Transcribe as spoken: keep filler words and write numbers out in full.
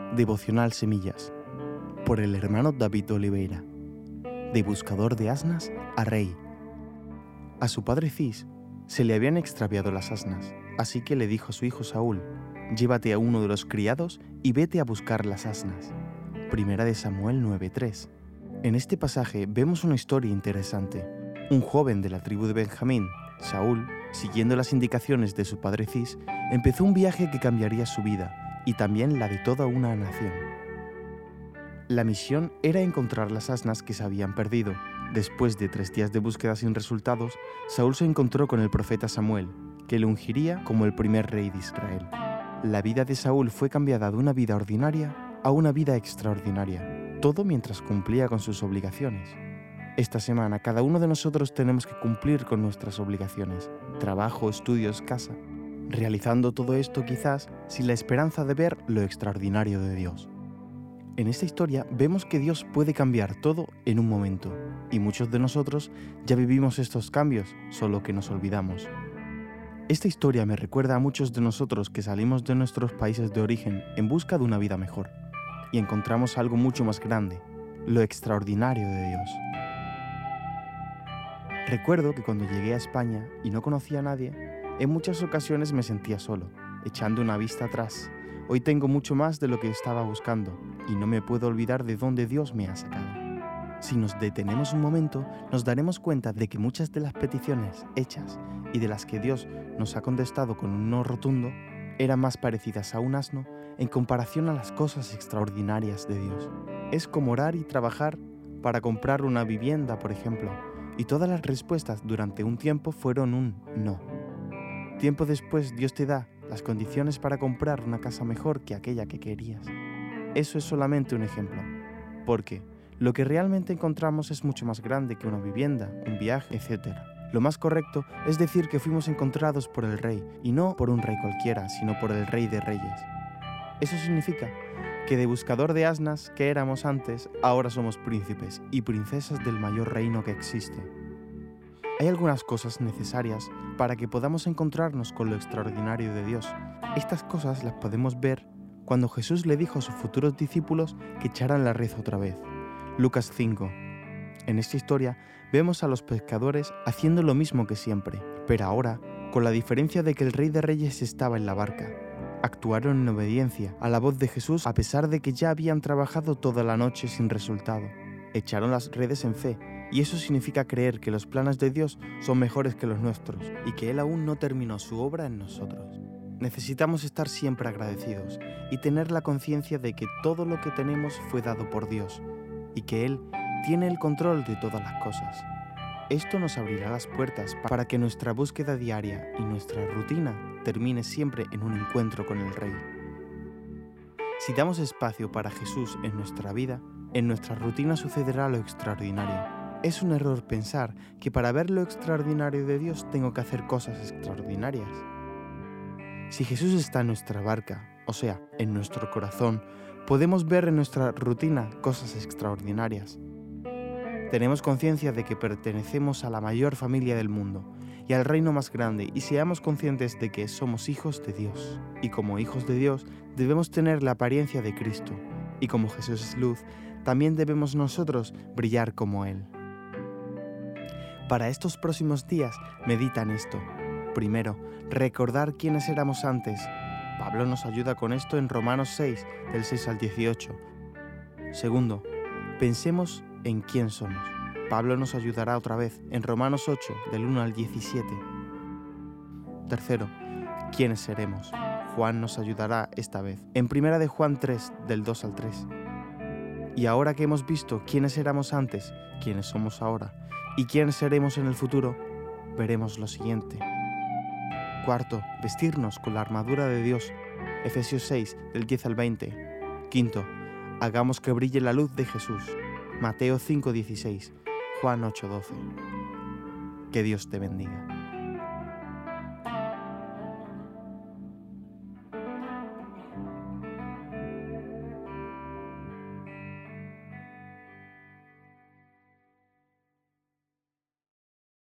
Devocional Semillas, por el hermano David Oliveira. De buscador de asnas a rey. A su padre Cis se le habían extraviado las asnas, así que le dijo a su hijo Saúl: llévate a uno de los criados y vete a buscar las asnas. Primera de Samuel nueve tres. En este pasaje vemos una historia interesante. Un joven de la tribu de Benjamín, Saúl, siguiendo las indicaciones de su padre Cis, empezó un viaje que cambiaría su vida y también la de toda una nación. La misión era encontrar las asnas que se habían perdido. Después de tres días de búsqueda sin resultados, Saúl se encontró con el profeta Samuel, que le ungiría como el primer rey de Israel. La vida de Saúl fue cambiada de una vida ordinaria a una vida extraordinaria, todo mientras cumplía con sus obligaciones. Esta semana cada uno de nosotros tenemos que cumplir con nuestras obligaciones, trabajo, estudios, casa, realizando todo esto quizás sin la esperanza de ver lo extraordinario de Dios. En esta historia vemos que Dios puede cambiar todo en un momento, y muchos de nosotros ya vivimos estos cambios, solo que nos olvidamos. Esta historia me recuerda a muchos de nosotros que salimos de nuestros países de origen en busca de una vida mejor, y encontramos algo mucho más grande, lo extraordinario de Dios. Recuerdo que cuando llegué a España y no conocía a nadie, en muchas ocasiones me sentía solo, echando una vista atrás. Hoy tengo mucho más de lo que estaba buscando y no me puedo olvidar de dónde Dios me ha sacado. Si nos detenemos un momento, nos daremos cuenta de que muchas de las peticiones hechas y de las que Dios nos ha contestado con un no rotundo eran más parecidas a un asno en comparación a las cosas extraordinarias de Dios. Es como orar y trabajar para comprar una vivienda, por ejemplo, y todas las respuestas durante un tiempo fueron un no. Tiempo después Dios te da las condiciones para comprar una casa mejor que aquella que querías. Eso es solamente un ejemplo, porque lo que realmente encontramos es mucho más grande que una vivienda, un viaje, etcétera. Lo más correcto es decir que fuimos encontrados por el Rey, y no por un rey cualquiera, sino por el Rey de Reyes. Eso significa que de buscador de asnas que éramos antes, ahora somos príncipes y princesas del mayor reino que existe. Hay algunas cosas necesarias para que podamos encontrarnos con lo extraordinario de Dios. Estas cosas las podemos ver cuando Jesús le dijo a sus futuros discípulos que echaran la red otra vez. Lucas cinco. En esta historia vemos a los pescadores haciendo lo mismo que siempre, pero ahora con la diferencia de que el Rey de Reyes estaba en la barca. Actuaron en obediencia a la voz de Jesús a pesar de que ya habían trabajado toda la noche sin resultado. Echaron las redes en fe. Y eso significa creer que los planes de Dios son mejores que los nuestros y que Él aún no terminó su obra en nosotros. Necesitamos estar siempre agradecidos y tener la conciencia de que todo lo que tenemos fue dado por Dios y que Él tiene el control de todas las cosas. Esto nos abrirá las puertas para que nuestra búsqueda diaria y nuestra rutina termine siempre en un encuentro con el Rey. Si damos espacio para Jesús en nuestra vida, en nuestra rutina sucederá lo extraordinario. Es un error pensar que para ver lo extraordinario de Dios tengo que hacer cosas extraordinarias. Si Jesús está en nuestra barca, o sea, en nuestro corazón, podemos ver en nuestra rutina cosas extraordinarias. Tenemos conciencia de que pertenecemos a la mayor familia del mundo y al reino más grande, y seamos conscientes de que somos hijos de Dios. Y como hijos de Dios debemos tener la apariencia de Cristo, y como Jesús es luz, también debemos nosotros brillar como Él. Para estos próximos días, medita en esto. Primero, recordar quiénes éramos antes. Pablo nos ayuda con esto en Romanos seis, del seis al dieciocho. Segundo, pensemos en quién somos. Pablo nos ayudará otra vez en Romanos ocho, del uno al diecisiete. Tercero, quiénes seremos. Juan nos ayudará esta vez en Primera de Juan tres, del dos al tres. Y ahora que hemos visto quiénes éramos antes, quiénes somos ahora, y quién seremos en el futuro, veremos lo siguiente. Cuarto, vestirnos con la armadura de Dios. Efesios seis, del diez al veinte. Quinto, hagamos que brille la luz de Jesús. Mateo cinco, dieciséis. Juan ocho, doce. Que Dios te bendiga.